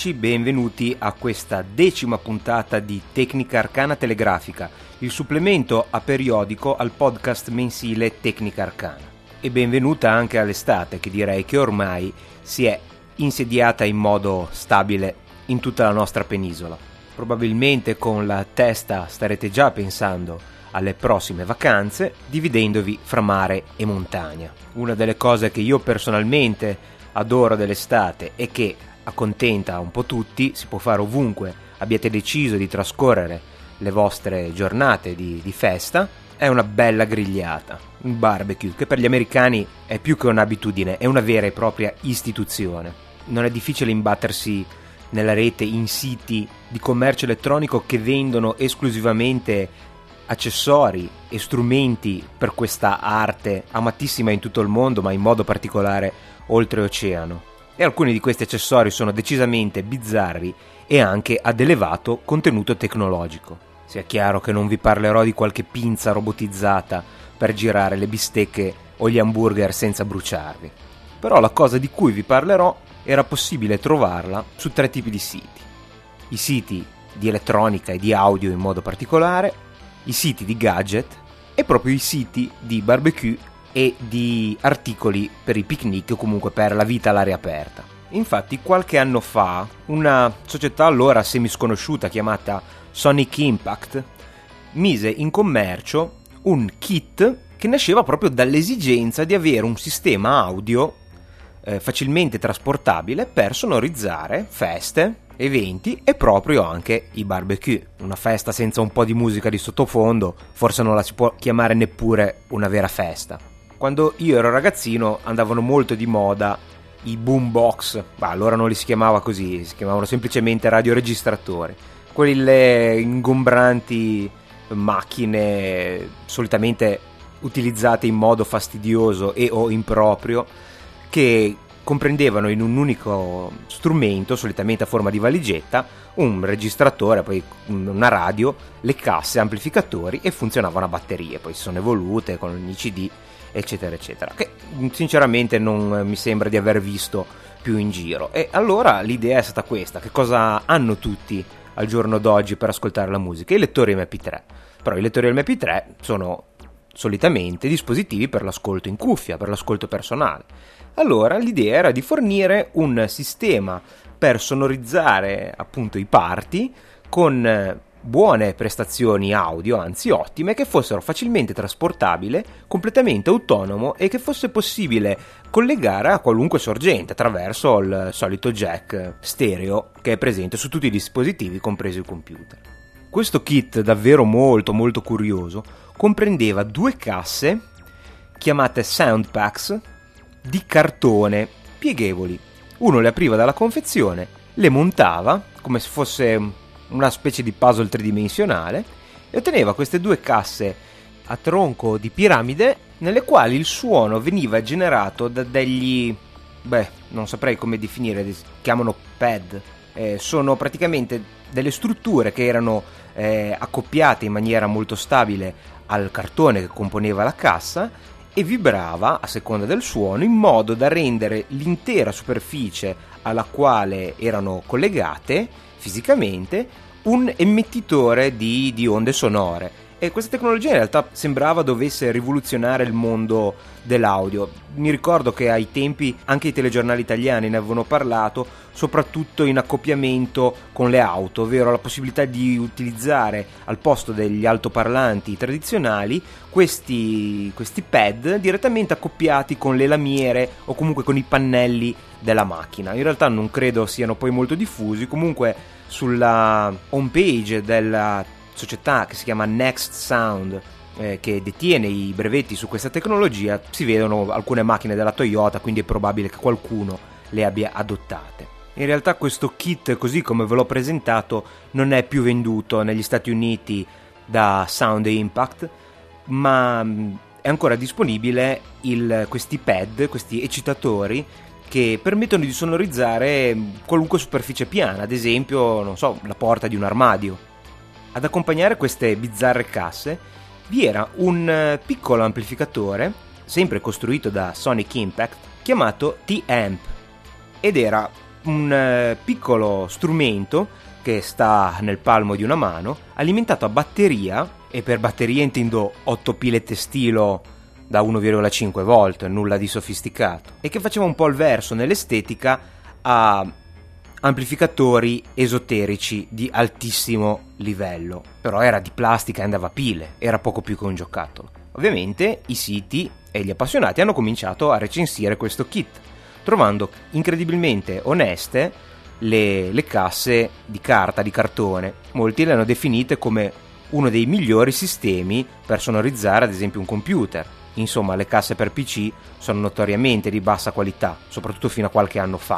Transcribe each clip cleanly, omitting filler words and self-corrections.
amici, benvenuti a questa 10ª puntata di Tecnica Arcana Telegrafica, il supplemento a periodico al podcast mensile Tecnica Arcana. E benvenuta anche all'estate, che direi che ormai si è insediata in modo stabile in tutta la nostra penisola. Probabilmente con la testa starete già pensando alle prossime vacanze, dividendovi fra mare e montagna. Una delle cose che io personalmente adoro dell'estate e che accontenta un po' tutti, si può fare ovunque abbiate deciso di trascorrere le vostre giornate di festa, è una bella grigliata, un barbecue, che per gli americani è più che un'abitudine, è una vera e propria istituzione. Non è difficile imbattersi nella rete in siti di commercio elettronico che vendono esclusivamente accessori e strumenti per questa arte amatissima in tutto il mondo, ma in modo particolare oltreoceano. E alcuni di questi accessori sono decisamente bizzarri e anche ad elevato contenuto tecnologico. Sia chiaro che non vi parlerò di qualche pinza robotizzata per girare le bistecche o gli hamburger senza bruciarvi. Però la cosa di cui vi parlerò era possibile trovarla su 3 tipi di siti. I siti di elettronica e di audio in modo particolare, i siti di gadget e proprio i siti di barbecue e di articoli per i picnic o comunque per la vita all'aria aperta. Infatti qualche anno fa una società allora semisconosciuta chiamata Sonic Impact mise in commercio un kit che nasceva proprio dall'esigenza di avere un sistema audio facilmente trasportabile per sonorizzare feste, eventi e proprio anche i barbecue. Una festa senza un po' di musica di sottofondo forse non la si può chiamare neppure una vera festa. Quando io ero ragazzino andavano molto di moda i boombox, allora non li si chiamava così, si chiamavano semplicemente radioregistratori, quelle ingombranti macchine solitamente utilizzate in modo fastidioso e o improprio, che comprendevano in un unico strumento, solitamente a forma di valigetta, un registratore, poi una radio, le casse, amplificatori e funzionavano a batterie. Poi si sono evolute con i CD, eccetera eccetera, che sinceramente non mi sembra di aver visto più in giro. E allora l'idea è stata questa: che cosa hanno tutti al giorno d'oggi per ascoltare la musica? I lettori MP3. Però i lettori MP3 sono solitamente dispositivi per l'ascolto in cuffia, per l'ascolto personale. Allora l'idea era di fornire un sistema per sonorizzare appunto i party con buone prestazioni audio, anzi ottime, che fossero facilmente trasportabili, completamente autonomo e che fosse possibile collegare a qualunque sorgente attraverso il solito jack stereo che è presente su tutti i dispositivi, compresi il computer. Questo kit davvero molto molto curioso comprendeva 2 casse chiamate sound packs di cartone pieghevoli. Uno le apriva dalla confezione, le montava come se fosse una specie di puzzle tridimensionale e otteneva queste 2 casse a tronco di piramide nelle quali il suono veniva generato da degli, non saprei come definire, si chiamano pad. Sono praticamente delle strutture che erano accoppiate in maniera molto stabile al cartone che componeva la cassa e vibrava a seconda del suono in modo da rendere l'intera superficie alla quale erano collegate fisicamente un emettitore di onde sonore. E questa tecnologia in realtà sembrava dovesse rivoluzionare il mondo dell'audio. Mi ricordo che ai tempi anche i telegiornali italiani ne avevano parlato, soprattutto in accoppiamento con le auto, ovvero la possibilità di utilizzare al posto degli altoparlanti tradizionali questi pad direttamente accoppiati con le lamiere o comunque con i pannelli della macchina. In realtà non credo siano poi molto diffusi, comunque sulla homepage della società che si chiama Next Sound, che detiene i brevetti su questa tecnologia, si vedono alcune macchine della Toyota, quindi è probabile che qualcuno le abbia adottate. In realtà questo kit, così come ve l'ho presentato, non è più venduto negli Stati Uniti da Sound Impact, ma è ancora disponibile questi pad, questi eccitatori che permettono di sonorizzare qualunque superficie piana, ad esempio, non so, la porta di un armadio. Ad accompagnare queste bizzarre casse vi era un piccolo amplificatore, sempre costruito da Sonic Impact, chiamato T-Amp, ed era un piccolo strumento che sta nel palmo di una mano, alimentato a batteria, e per batteria intendo 8 pilette stilo da 1,5 volt, nulla di sofisticato, e che faceva un po' il verso nell'estetica a amplificatori esoterici di altissimo livello. Però era di plastica e andava a pile, era poco più che un giocattolo. Ovviamente i siti e gli appassionati hanno cominciato a recensire questo kit, trovando incredibilmente oneste le casse di carta, di cartone. Molti le hanno definite come uno dei migliori sistemi per sonorizzare ad esempio un computer. Insomma, le casse per PC sono notoriamente di bassa qualità, soprattutto fino a qualche anno fa,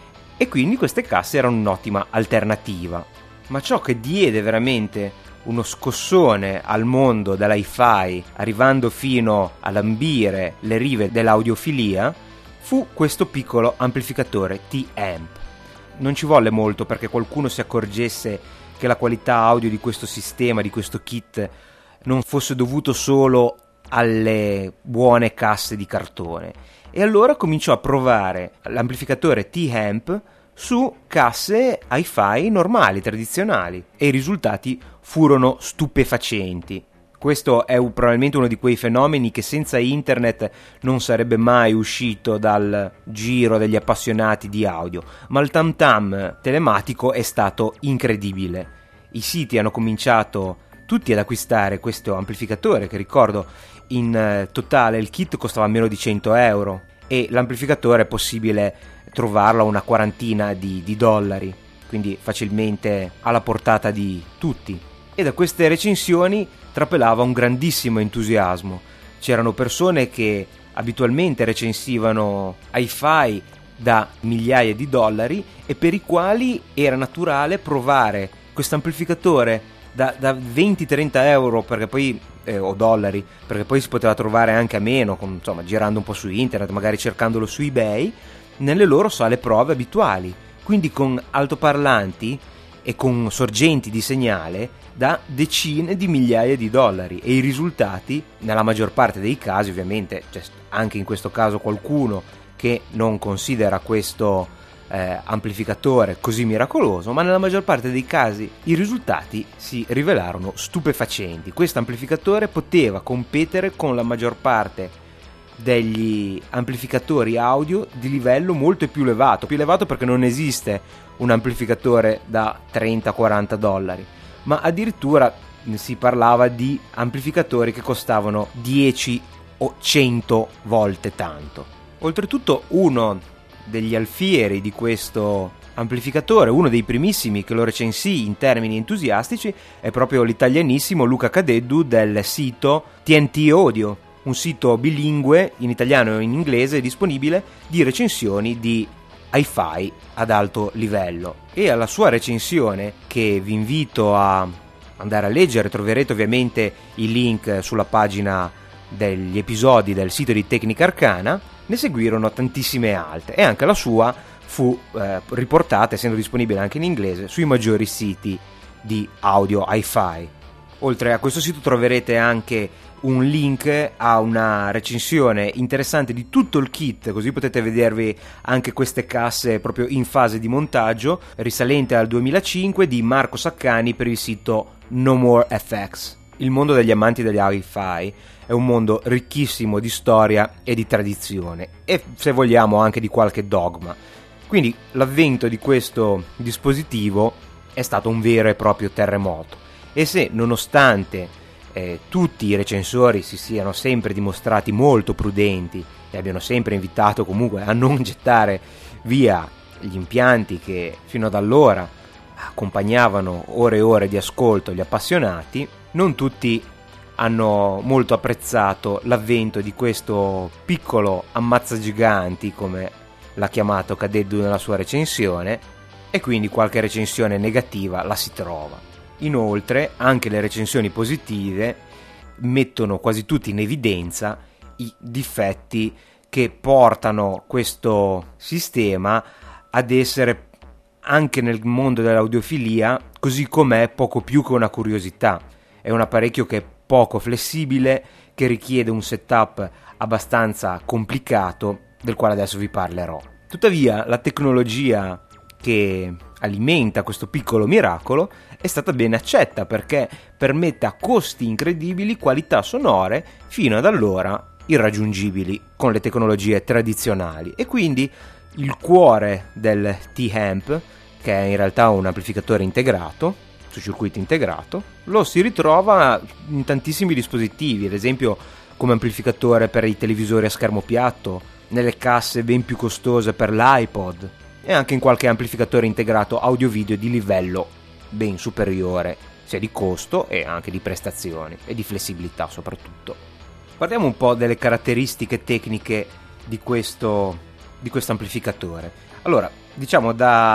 e quindi queste casse erano un'ottima alternativa. Ma ciò che diede veramente uno scossone al mondo dell'hi-fi, arrivando fino a lambire le rive dell'audiofilia, fu questo piccolo amplificatore T-Amp. Non ci volle molto perché qualcuno si accorgesse che la qualità audio di questo sistema, di questo kit, non fosse dovuto solo alle buone casse di cartone, e allora cominciò a provare l'amplificatore T-Amp su casse hi-fi normali, tradizionali, e i risultati furono stupefacenti. Questo è probabilmente uno di quei fenomeni che senza internet non sarebbe mai uscito dal giro degli appassionati di audio, ma il tam tam telematico è stato incredibile. I siti hanno cominciato tutti ad acquistare questo amplificatore, che ricordo in totale il kit costava meno di 100 euro, e l'amplificatore è possibile trovarlo a una quarantina di dollari, quindi facilmente alla portata di tutti. E da queste recensioni trapelava un grandissimo entusiasmo. C'erano persone che abitualmente recensivano hi-fi da migliaia di dollari e per i quali era naturale provare questo amplificatore da 20-30 euro, perché poi o dollari, perché poi si poteva trovare anche a meno, insomma, girando un po' su internet, magari cercandolo su eBay, nelle loro sale prove abituali, quindi con altoparlanti e con sorgenti di segnale da decine di migliaia di dollari, e i risultati nella maggior parte dei casi, ovviamente c'è anche in questo caso qualcuno che non considera questo amplificatore così miracoloso, ma nella maggior parte dei casi i risultati si rivelarono stupefacenti. Questo amplificatore poteva competere con la maggior parte degli amplificatori audio di livello molto più elevato perché non esiste un amplificatore da 30-40 dollari, ma addirittura si parlava di amplificatori che costavano 10 o 100 volte tanto. Oltretutto uno degli alfieri di questo amplificatore, uno dei primissimi che lo recensì in termini entusiastici, è proprio l'italianissimo Luca Cadeddu del sito TNT Audio, un sito bilingue in italiano e in inglese disponibile di recensioni di hi-fi ad alto livello. E alla sua recensione, che vi invito a andare a leggere, troverete ovviamente i link sulla pagina degli episodi del sito di Tecnica Arcana, ne seguirono tantissime altre, e anche la sua fu riportata, essendo disponibile anche in inglese, sui maggiori siti di audio hi-fi. Oltre a questo sito troverete anche un link a una recensione interessante di tutto il kit, così potete vedervi anche queste casse proprio in fase di montaggio, risalente al 2005, di Marco Saccani per il sito No More FX. Il mondo degli amanti degli hi-fi è un mondo ricchissimo di storia e di tradizione, e se vogliamo anche di qualche dogma. Quindi l'avvento di questo dispositivo è stato un vero e proprio terremoto, e se nonostante tutti i recensori si siano sempre dimostrati molto prudenti e abbiano sempre invitato comunque a non gettare via gli impianti che fino ad allora accompagnavano ore e ore di ascolto agli appassionati, non tutti hanno molto apprezzato l'avvento di questo piccolo ammazzagiganti, come l'ha chiamato Cadeddu nella sua recensione, e quindi qualche recensione negativa la si trova. Inoltre anche le recensioni positive mettono quasi tutti in evidenza i difetti che portano questo sistema ad essere, anche nel mondo dell'audiofilia, così com'è, poco più che una curiosità. È un apparecchio che è poco flessibile, che richiede un setup abbastanza complicato, del quale adesso vi parlerò. Tuttavia la tecnologia che alimenta questo piccolo miracolo è stata ben accetta, perché permette a costi incredibili qualità sonore fino ad allora irraggiungibili con le tecnologie tradizionali. E quindi il cuore del T-Amp, che è in realtà un amplificatore integrato su circuito integrato, lo si ritrova in tantissimi dispositivi, ad esempio come amplificatore per i televisori a schermo piatto, nelle casse ben più costose per l'iPod e anche in qualche amplificatore integrato audio-video di livello ben superiore, sia di costo e anche di prestazioni e di flessibilità soprattutto. Guardiamo un po' delle caratteristiche tecniche di questo amplificatore. Allora, diciamo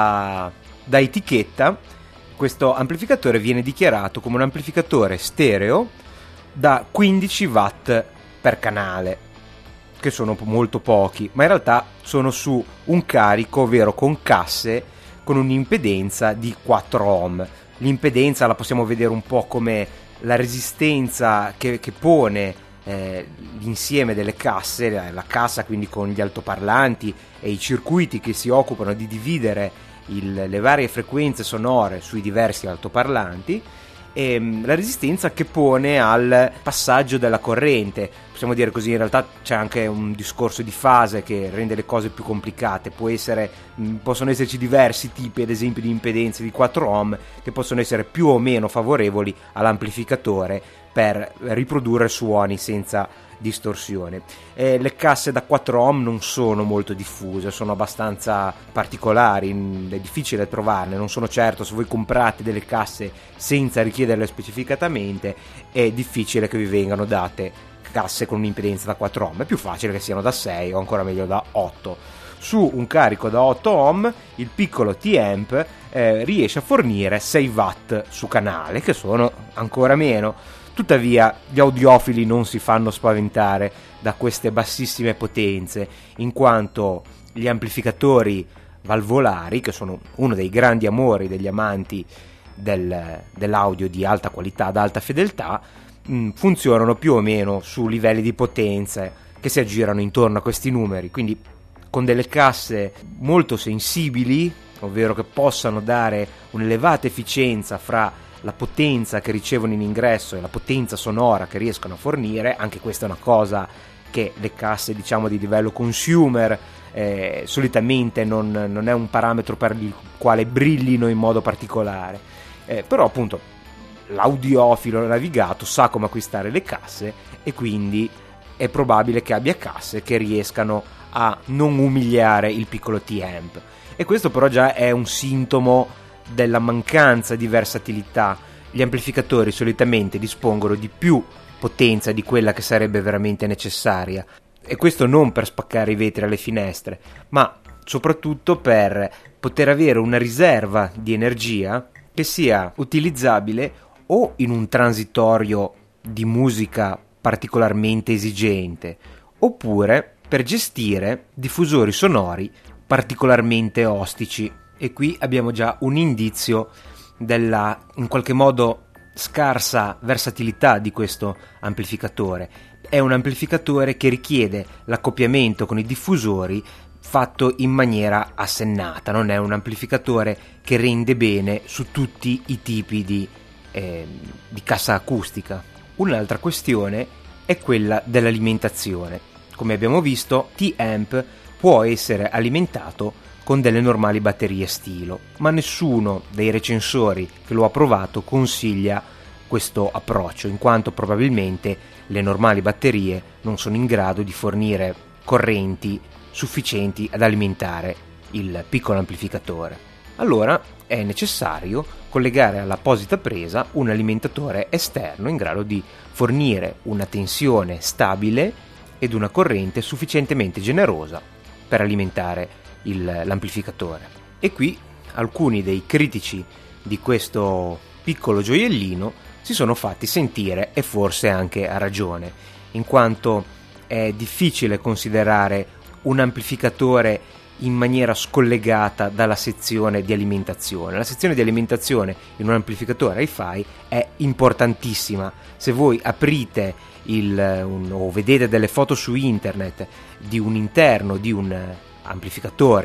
da etichetta, questo amplificatore viene dichiarato come un amplificatore stereo da 15 watt per canale, che sono molto pochi, ma in realtà sono su un carico, ovvero con casse con un'impedenza di 4 ohm. L'impedenza la possiamo vedere un po' come la resistenza che pone l'insieme delle casse, la cassa quindi con gli altoparlanti e i circuiti che si occupano di dividere le varie frequenze sonore sui diversi altoparlanti, e la resistenza che pone al passaggio della corrente. Possiamo dire così, in realtà c'è anche un discorso di fase che rende le cose più complicate. Possono esserci diversi tipi, ad esempio, di impedenze di 4 ohm che possono essere più o meno favorevoli all'amplificatore per riprodurre suoni senza distorsione. Le casse da 4 ohm non sono molto diffuse, sono abbastanza particolari, è difficile trovarne. Non sono certo, se voi comprate delle casse senza richiederle specificatamente, è difficile che vi vengano date casse con un'impedenza da 4 ohm. È più facile che siano da 6 o ancora meglio da 8. Su un carico da 8 ohm il piccolo T-Amp riesce a fornire 6 watt su canale, che sono ancora meno. Tuttavia gli audiofili non si fanno spaventare da queste bassissime potenze, in quanto gli amplificatori valvolari, che sono uno dei grandi amori degli amanti dell'audio di alta qualità, ad alta fedeltà, funzionano più o meno su livelli di potenze che si aggirano intorno a questi numeri, quindi con delle casse molto sensibili, ovvero che possano dare un'elevata efficienza fra la potenza che ricevono in ingresso e la potenza sonora che riescono a fornire. Anche questa è una cosa che le casse, diciamo, di livello consumer solitamente non è un parametro per il quale brillino in modo particolare, però appunto l'audiofilo navigato sa come acquistare le casse, e quindi è probabile che abbia casse che riescano a non umiliare il piccolo T-Amp. E questo però già è un sintomo della mancanza di versatilità. Gli amplificatori solitamente dispongono di più potenza di quella che sarebbe veramente necessaria, e questo non per spaccare i vetri alle finestre, ma soprattutto per poter avere una riserva di energia che sia utilizzabile o in un transitorio di musica particolarmente esigente, oppure per gestire diffusori sonori particolarmente ostici. E qui abbiamo già un indizio della, in qualche modo, scarsa versatilità di questo amplificatore. È un amplificatore che richiede l'accoppiamento con i diffusori fatto in maniera assennata, non è un amplificatore che rende bene su tutti i tipi di cassa acustica. Un'altra questione è quella dell'alimentazione. Come abbiamo visto, T-Amp può essere alimentato con delle normali batterie stilo, ma nessuno dei recensori che lo ha provato consiglia questo approccio, in quanto probabilmente le normali batterie non sono in grado di fornire correnti sufficienti ad alimentare il piccolo amplificatore. Allora è necessario collegare all'apposita presa un alimentatore esterno in grado di fornire una tensione stabile ed una corrente sufficientemente generosa per alimentare l'amplificatore. E qui alcuni dei critici di questo piccolo gioiellino si sono fatti sentire, e forse anche a ragione, in quanto è difficile considerare un amplificatore in maniera scollegata dalla sezione di alimentazione. La sezione di alimentazione in un amplificatore hi-fi è importantissima. Se voi aprite o vedete delle foto su internet di un interno di un amplificatore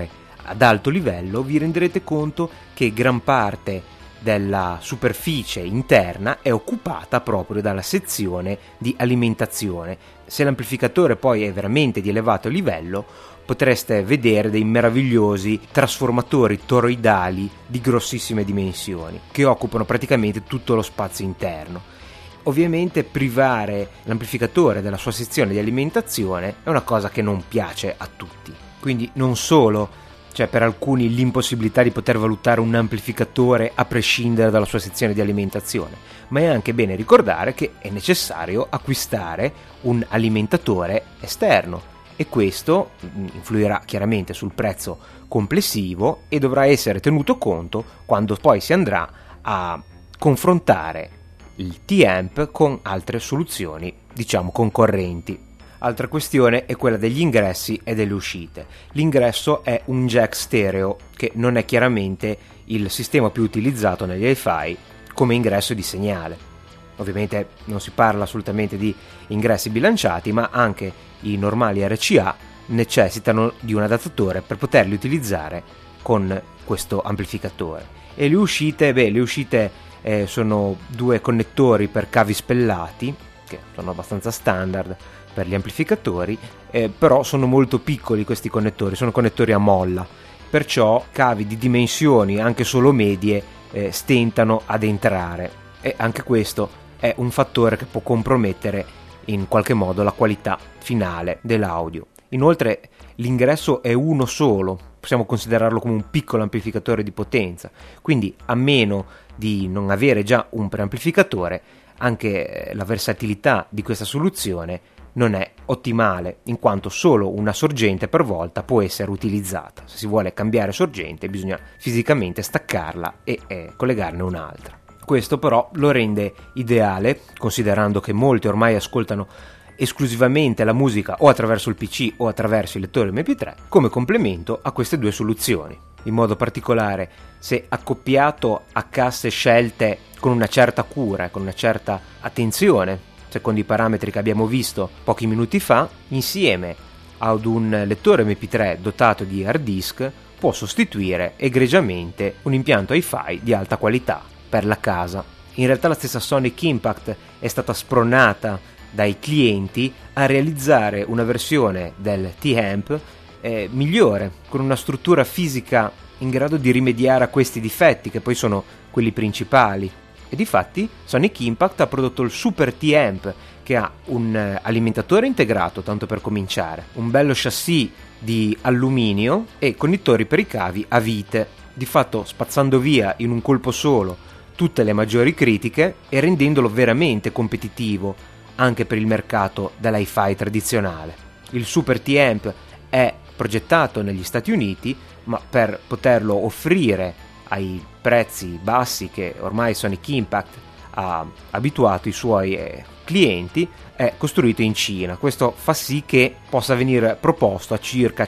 ad alto livello, vi renderete conto che gran parte della superficie interna è occupata proprio dalla sezione di alimentazione. Se l'amplificatore poi è veramente di elevato livello, potreste vedere dei meravigliosi trasformatori toroidali di grossissime dimensioni che occupano praticamente tutto lo spazio interno. Ovviamente privare l'amplificatore della sua sezione di alimentazione è una cosa che non piace a tutti. Quindi non solo c'è per alcuni l'impossibilità di poter valutare un amplificatore a prescindere dalla sua sezione di alimentazione, ma è anche bene ricordare che è necessario acquistare un alimentatore esterno e questo influirà chiaramente sul prezzo complessivo e dovrà essere tenuto conto quando poi si andrà a confrontare il T-Amp con altre soluzioni, diciamo, concorrenti. Altra questione è quella degli ingressi e delle uscite. L'ingresso è un jack stereo, che non è chiaramente il sistema più utilizzato negli hi-fi come ingresso di segnale. Ovviamente non si parla assolutamente di ingressi bilanciati, ma anche i normali RCA necessitano di un adattatore per poterli utilizzare con questo amplificatore. E le uscite sono due connettori per cavi spellati, che sono abbastanza standard per gli amplificatori, però sono molto piccoli questi connettori, sono connettori a molla, perciò cavi di dimensioni anche solo medie stentano ad entrare, e anche questo è un fattore che può compromettere in qualche modo la qualità finale dell'audio. Inoltre l'ingresso è uno solo, possiamo considerarlo come un piccolo amplificatore di potenza, quindi a meno di non avere già un preamplificatore, anche la versatilità di questa soluzione non è ottimale, in quanto solo una sorgente per volta può essere utilizzata. Se si vuole cambiare sorgente bisogna fisicamente staccarla e collegarne un'altra. Questo però lo rende ideale, considerando che molti ormai ascoltano esclusivamente la musica o attraverso il PC o attraverso il lettore MP3, come complemento a queste due soluzioni. In modo particolare, se accoppiato a casse scelte con una certa cura, con una certa attenzione, secondo i parametri che abbiamo visto pochi minuti fa, insieme ad un lettore MP3 dotato di hard disk, può sostituire egregiamente un impianto hi-fi di alta qualità per la casa. In realtà la stessa Sonic Impact è stata spronata dai clienti a realizzare una versione del T-Amp migliore, con una struttura fisica in grado di rimediare a questi difetti, che poi sono quelli principali. E difatti Sonic Impact ha prodotto il Super T-Amp, che ha un alimentatore integrato, tanto per cominciare, un bello chassis di alluminio e connettori per i cavi a vite, di fatto spazzando via in un colpo solo tutte le maggiori critiche e rendendolo veramente competitivo anche per il mercato dell'hi-fi tradizionale. Il Super T-Amp è progettato negli Stati Uniti, ma per poterlo offrire ai prezzi bassi che ormai Sonic Impact ha abituato i suoi clienti, è costruito in Cina. Questo fa sì che possa venire proposto a circa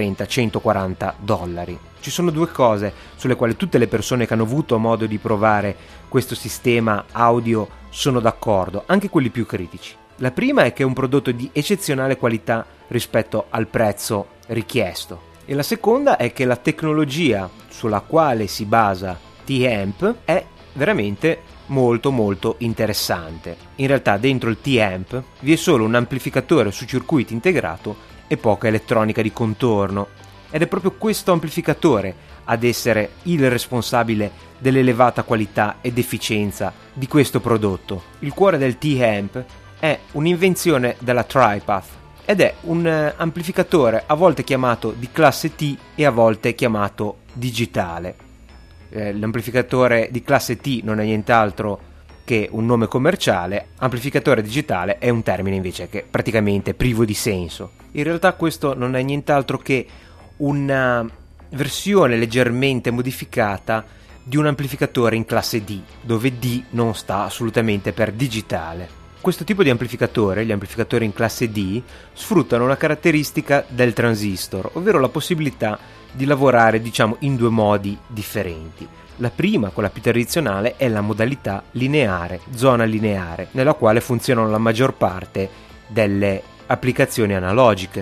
$130-140. Ci sono due cose sulle quali tutte le persone che hanno avuto modo di provare questo sistema audio sono d'accordo, anche quelli più critici. La prima è che è un prodotto di eccezionale qualità rispetto al prezzo richiesto, e la seconda è che la tecnologia sulla quale si basa T-Amp è veramente molto molto interessante. In realtà dentro il T-Amp vi è solo un amplificatore su circuito integrato e poca elettronica di contorno, ed è proprio questo amplificatore ad essere il responsabile dell'elevata qualità ed efficienza di questo prodotto. Il cuore del T-Amp è un'invenzione della TriPath ed è un amplificatore a volte chiamato di classe T e a volte chiamato digitale. L'amplificatore di classe T non è nient'altro che un nome commerciale, amplificatore digitale è un termine invece che è praticamente privo di senso. In realtà questo non è nient'altro che una versione leggermente modificata di un amplificatore in classe D, dove D non sta assolutamente per digitale. Questo tipo di amplificatore, gli amplificatori in classe D, sfruttano una caratteristica del transistor, ovvero la possibilità di lavorare, in due modi differenti. La prima, quella più tradizionale, è la modalità lineare, zona lineare, nella quale funzionano la maggior parte delle applicazioni analogiche,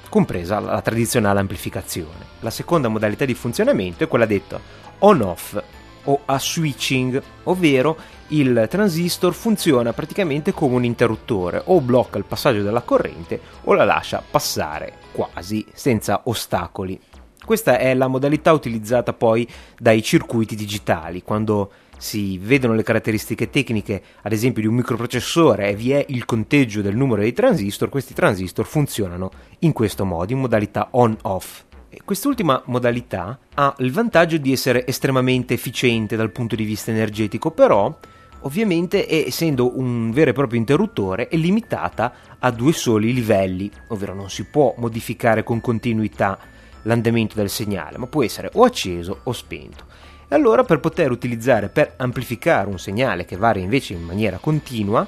compresa la tradizionale amplificazione. La seconda modalità di funzionamento è quella detta on-off o a switching, ovvero il transistor funziona praticamente come un interruttore, o blocca il passaggio della corrente o la lascia passare quasi senza ostacoli. Questa è la modalità utilizzata poi dai circuiti digitali, quando si vedono le caratteristiche tecniche, ad esempio, di un microprocessore e vi è il conteggio del numero dei transistor. Questi transistor funzionano in questo modo, in modalità on-off. Quest'ultima modalità ha il vantaggio di essere estremamente efficiente dal punto di vista energetico, però ovviamente, essendo un vero e proprio interruttore, è limitata a 2 soli livelli, ovvero non si può modificare con continuità l'andamento del segnale, ma può essere o acceso o spento. E allora, per poter utilizzare, per amplificare un segnale che varia invece in maniera continua,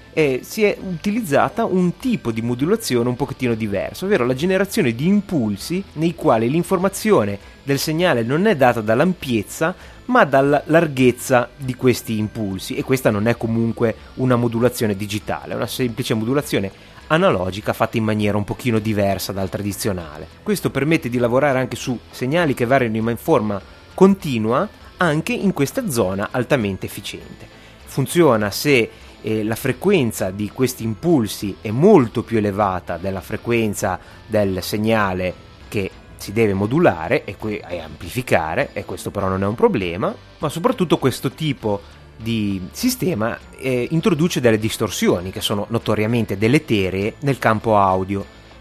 si è utilizzata un tipo di modulazione un pochettino diverso, ovvero la generazione di impulsi nei quali l'informazione del segnale non è data dall'ampiezza ma dalla larghezza di questi impulsi, e questa non è comunque una modulazione digitale, è una semplice modulazione analogica fatta in maniera un pochino diversa dal tradizionale. Questo permette di lavorare anche su segnali che variano in forma continua anche in questa zona altamente efficiente. Funziona se la frequenza di questi impulsi è molto più elevata della frequenza del segnale che si deve modulare e amplificare, e questo però non è un problema, ma soprattutto questo tipo di sistema introduce delle distorsioni che sono notoriamente deleterie nel campo audio.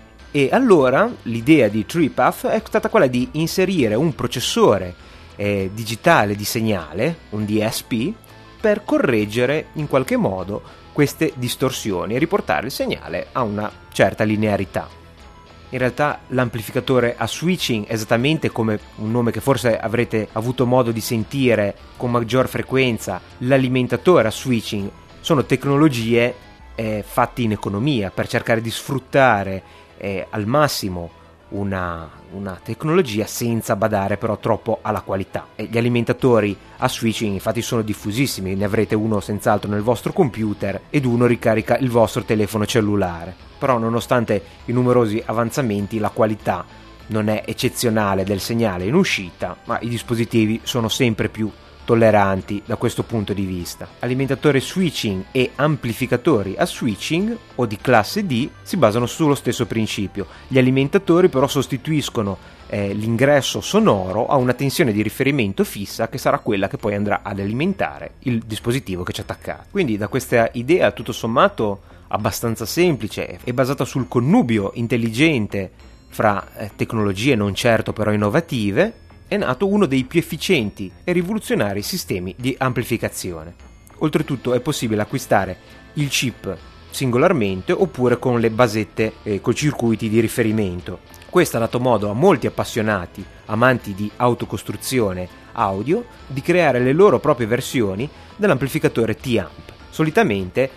E allora l'idea di TreePath è stata quella di inserire un processore digitale di segnale, un DSP, per correggere in qualche modo queste distorsioni e riportare il segnale a una certa linearità. In realtà l'amplificatore a switching, esattamente come un nome che forse avrete avuto modo di sentire con maggior frequenza, l'alimentatore a switching, sono tecnologie fatte in economia per cercare di sfruttare al massimo una tecnologia senza badare però troppo alla qualità. E gli alimentatori a switching infatti sono diffusissimi, ne avrete uno senz'altro nel vostro computer ed uno ricarica il vostro telefono cellulare, però nonostante i numerosi avanzamenti la qualità non è eccezionale del segnale in uscita, ma i dispositivi sono sempre più tolleranti da questo punto di vista. Alimentatori switching e amplificatori a switching o di classe D si basano sullo stesso principio. Gli alimentatori però sostituiscono l'ingresso sonoro a una tensione di riferimento fissa che sarà quella che poi andrà ad alimentare il dispositivo che ci attaccato. Quindi da questa idea tutto sommato abbastanza semplice e basata sul connubio intelligente fra tecnologie non certo però innovative, è nato uno dei più efficienti e rivoluzionari sistemi di amplificazione. Oltretutto è possibile acquistare il chip singolarmente oppure con le basette con circuiti di riferimento. Questo ha dato modo a molti appassionati, amanti di autocostruzione audio, di creare le loro proprie versioni dell'amplificatore T-Amp, solitamente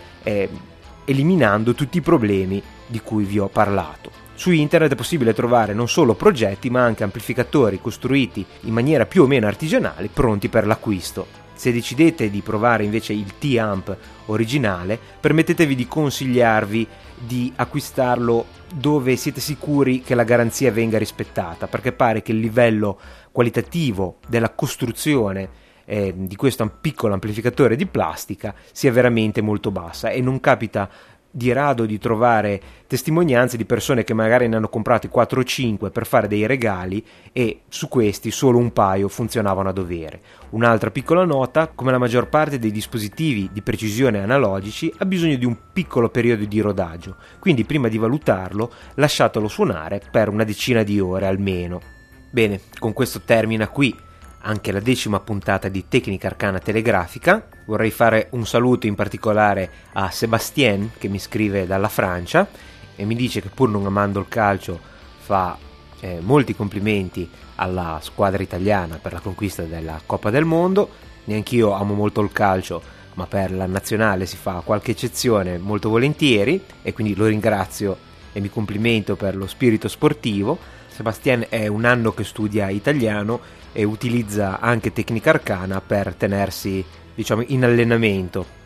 eliminando tutti i problemi di cui vi ho parlato. Su internet è possibile trovare non solo progetti ma anche amplificatori costruiti in maniera più o meno artigianale pronti per l'acquisto. Se decidete di provare invece il T-Amp originale, permettetevi di consigliarvi di acquistarlo dove siete sicuri che la garanzia venga rispettata, perché pare che il livello qualitativo della costruzione di questo piccolo amplificatore di plastica sia veramente molto bassa, e non capita di rado di trovare testimonianze di persone che magari ne hanno comprati 4 o 5 per fare dei regali e su questi solo un paio funzionavano a dovere. Un'altra piccola nota: come la maggior parte dei dispositivi di precisione analogici ha bisogno di un piccolo periodo di rodaggio, quindi prima di valutarlo lasciatelo suonare per una decina di ore almeno. Bene, con questo termina qui anche la 10ª puntata di Tecnica Arcana Telegrafica. Vorrei fare un saluto in particolare a Sébastien, che mi scrive dalla Francia e mi dice che, pur non amando il calcio, fa molti complimenti alla squadra italiana per la conquista della Coppa del Mondo. Neanch'io amo molto il calcio, ma per la nazionale si fa qualche eccezione molto volentieri, e quindi lo ringrazio e mi complimento per lo spirito sportivo. Sébastien è un anno che studia italiano e utilizza anche Tecnica Arcana per tenersi, diciamo, in allenamento.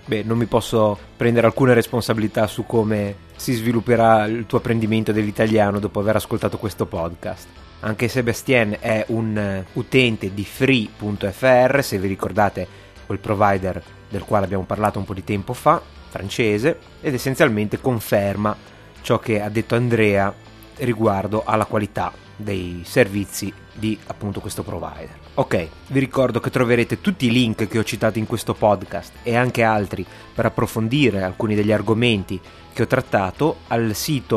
non mi posso prendere alcuna responsabilità su come si svilupperà il tuo apprendimento dell'italiano dopo aver ascoltato questo podcast. Anche Sébastien è un utente di free.fr, se vi ricordate quel provider del quale abbiamo parlato un po' di tempo fa, francese, ed essenzialmente conferma ciò che ha detto Andrea riguardo alla qualità dei servizi di appunto questo provider. Ok, vi ricordo che troverete tutti i link che ho citato in questo podcast e anche altri per approfondire alcuni degli argomenti che ho trattato al sito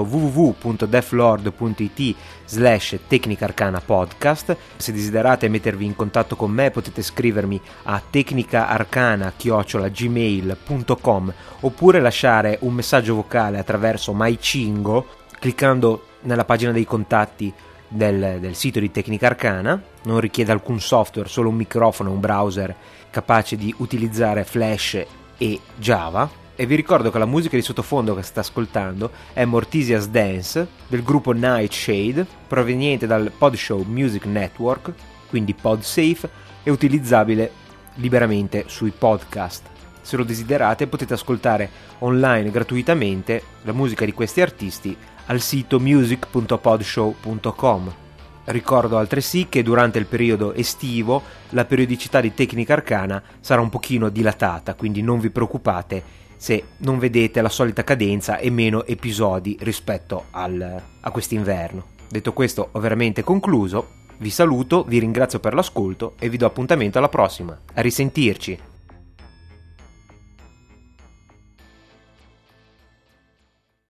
www.devlord.it/tecnicarcana-podcast. Se desiderate mettervi in contatto con me potete scrivermi a tecnicaarcana@gmail.com oppure lasciare un messaggio vocale attraverso MyCingo cliccando nella pagina dei contatti del sito di Tecnica Arcana. Non richiede alcun software, solo un microfono e un browser capace di utilizzare Flash e Java. E vi ricordo che la musica di sottofondo che state ascoltando è Mortisia's Dance del gruppo Nightshade, proveniente dal Podshow Music Network, quindi PodSafe, e utilizzabile liberamente sui podcast. Se lo desiderate potete ascoltare online gratuitamente la musica di questi artisti al sito music.podshow.com. Ricordo altresì che durante il periodo estivo la periodicità di Tecnica Arcana sarà un pochino dilatata, quindi non vi preoccupate se non vedete la solita cadenza e meno episodi rispetto a quest'inverno. Detto questo, ho veramente concluso, vi saluto, vi ringrazio per l'ascolto e vi do appuntamento alla prossima. A risentirci!